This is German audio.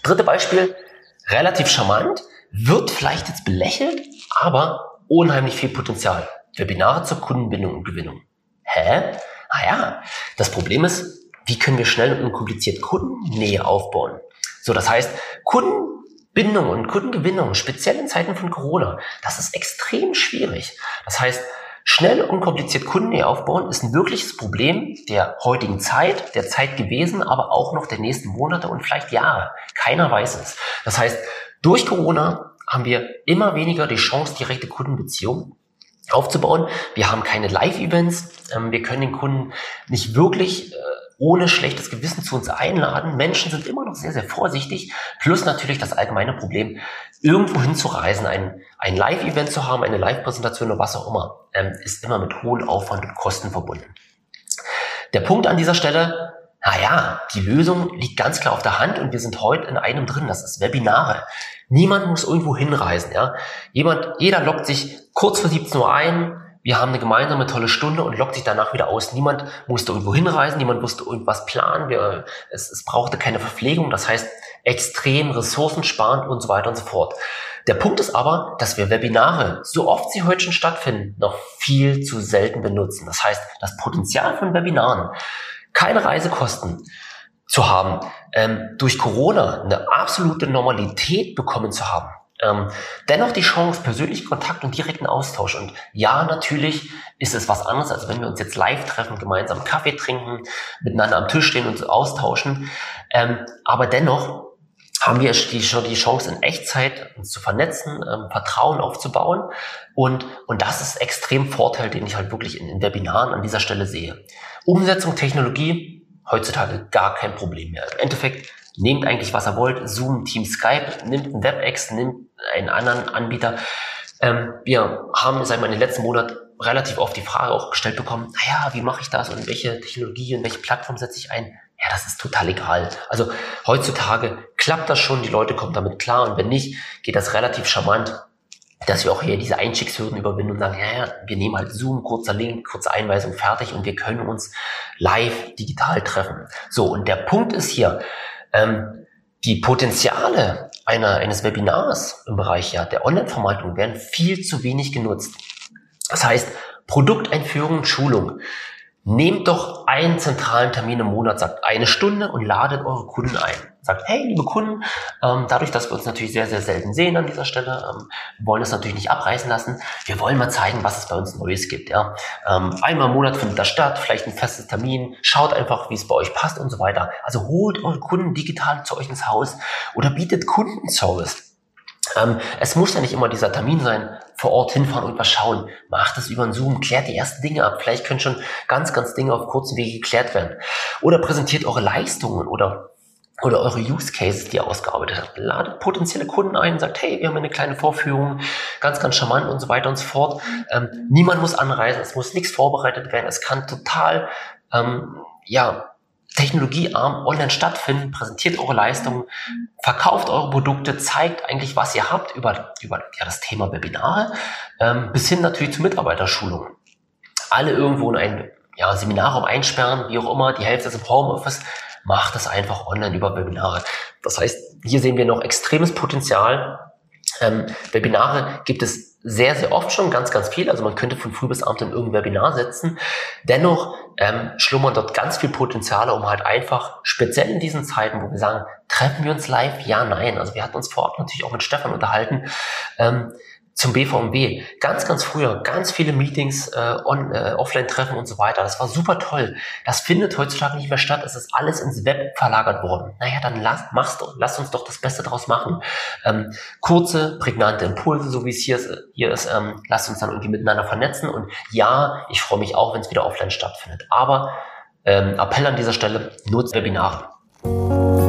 Dritte Beispiel, relativ charmant, wird vielleicht jetzt belächelt, aber unheimlich viel Potenzial. Webinare zur Kundenbindung und Gewinnung. Naja, das Problem ist, wie können wir schnell und unkompliziert Kundennähe aufbauen? So, das heißt, Kundenbindung und Kundengewinnung, speziell in Zeiten von Corona, das ist extrem schwierig. Das heißt, schnell und unkompliziert Kundennähe aufbauen ist ein wirkliches Problem der heutigen Zeit, der Zeit gewesen, aber auch noch der nächsten Monate und vielleicht Jahre. Keiner weiß es. Das heißt, durch Corona haben wir immer weniger die Chance, direkte Kundenbeziehungen aufzubauen. Wir haben keine Live-Events. Wir können den Kunden nicht wirklich ohne schlechtes Gewissen zu uns einladen. Menschen sind immer noch sehr, sehr vorsichtig. Plus natürlich das allgemeine Problem, irgendwo hinzureisen, ein Live-Event zu haben, eine Live-Präsentation oder was auch immer, ist immer mit hohem Aufwand und Kosten verbunden. Der Punkt an dieser Stelle, die Lösung liegt ganz klar auf der Hand und wir sind heute in einem drin, das ist Webinare. Niemand muss irgendwo hinreisen. Ja? Jeder loggt sich kurz vor 17 Uhr ein, wir haben eine gemeinsame tolle Stunde und loggt sich danach wieder aus. Niemand musste irgendwo hinreisen, niemand musste irgendwas planen, es brauchte keine Verpflegung, das heißt extrem ressourcensparend und so weiter und so fort. Der Punkt ist aber, dass wir Webinare, so oft sie heute schon stattfinden, noch viel zu selten benutzen. Das heißt, das Potenzial von Webinaren, keine Reisekosten zu haben, durch Corona eine absolute Normalität bekommen zu haben, dennoch die Chance, persönlichen Kontakt und direkten Austausch. Und ja, natürlich ist es was anderes, als wenn wir uns jetzt live treffen, gemeinsam Kaffee trinken, miteinander am Tisch stehen und uns austauschen. Aber dennoch haben wir schon die Chance, in Echtzeit uns zu vernetzen, Vertrauen aufzubauen. Und das ist extrem Vorteil, den ich halt wirklich in Webinaren an dieser Stelle sehe. Umsetzung, Technologie, heutzutage gar kein Problem mehr. Im Endeffekt, nehmt eigentlich, was ihr wollt, Zoom, Teams, Skype, nimmt einen WebEx, nimmt einen anderen Anbieter. Wir haben, in den letzten Monaten relativ oft die Frage auch gestellt bekommen, wie mache ich das und welche Technologie und welche Plattform setze ich ein? Ja, das ist total egal. Also heutzutage klappt das schon, die Leute kommen damit klar und wenn nicht, geht das relativ charmant, dass wir auch hier diese Einstiegshürden überwinden und sagen, wir nehmen halt Zoom, kurzer Link, kurze Einweisung, fertig und wir können uns live digital treffen. So, und der Punkt ist hier, die Potenziale eines Webinars im Bereich der Online-Vermarktung werden viel zu wenig genutzt. Das heißt, Produkteinführung, Schulung. Nehmt doch einen zentralen Termin im Monat, sagt 1 Stunde und ladet eure Kunden ein. Sagt, hey, liebe Kunden, dadurch, dass wir uns natürlich sehr, sehr selten sehen an dieser Stelle, wir wollen es natürlich nicht abreißen lassen. Wir wollen mal zeigen, was es bei uns Neues gibt. Ja? Einmal im Monat findet das statt, vielleicht ein festes Termin. Schaut einfach, wie es bei euch passt und so weiter. Also holt eure Kunden digital zu euch ins Haus oder bietet Kundenservice. Es muss ja nicht immer dieser Termin sein, vor Ort hinfahren und was schauen. Macht es über einen Zoom, klärt die ersten Dinge ab. Vielleicht können schon ganz, ganz Dinge auf kurzem Wege geklärt werden. Oder präsentiert eure Leistungen oder eure Use Cases, die ihr ausgearbeitet habt. Ladet potenzielle Kunden ein und sagt, hey, wir haben eine kleine Vorführung, ganz, ganz charmant und so weiter und so fort. Niemand muss anreisen, es muss nichts vorbereitet werden. Es kann total, technologiearm online stattfinden, präsentiert eure Leistungen, verkauft eure Produkte, zeigt eigentlich, was ihr habt über das Thema Webinare, bis hin natürlich zu Mitarbeiterschulungen. Alle irgendwo in ein Seminarraum einsperren, wie auch immer, die Hälfte ist im Homeoffice, macht es einfach online über Webinare. Das heißt, hier sehen wir noch extremes Potenzial. Webinare gibt es sehr, sehr oft schon, ganz, ganz viel. Also man könnte von früh bis abend in irgendein Webinar setzen. Dennoch schlummern dort ganz viel Potenziale, um halt einfach, speziell in diesen Zeiten, wo wir sagen, treffen wir uns live? Ja, nein. Also wir hatten uns vorab natürlich auch mit Stefan unterhalten, zum BVMW. Ganz, ganz früher, ganz viele Meetings, Offline-Treffen und so weiter. Das war super toll. Das findet heutzutage nicht mehr statt. Es ist alles ins Web verlagert worden. Dann lass uns doch das Beste draus machen. Kurze, prägnante Impulse, so wie es hier ist. Lasst uns dann irgendwie miteinander vernetzen. Und ja, ich freue mich auch, wenn es wieder offline stattfindet. Aber Appell an dieser Stelle, nutzt Webinare.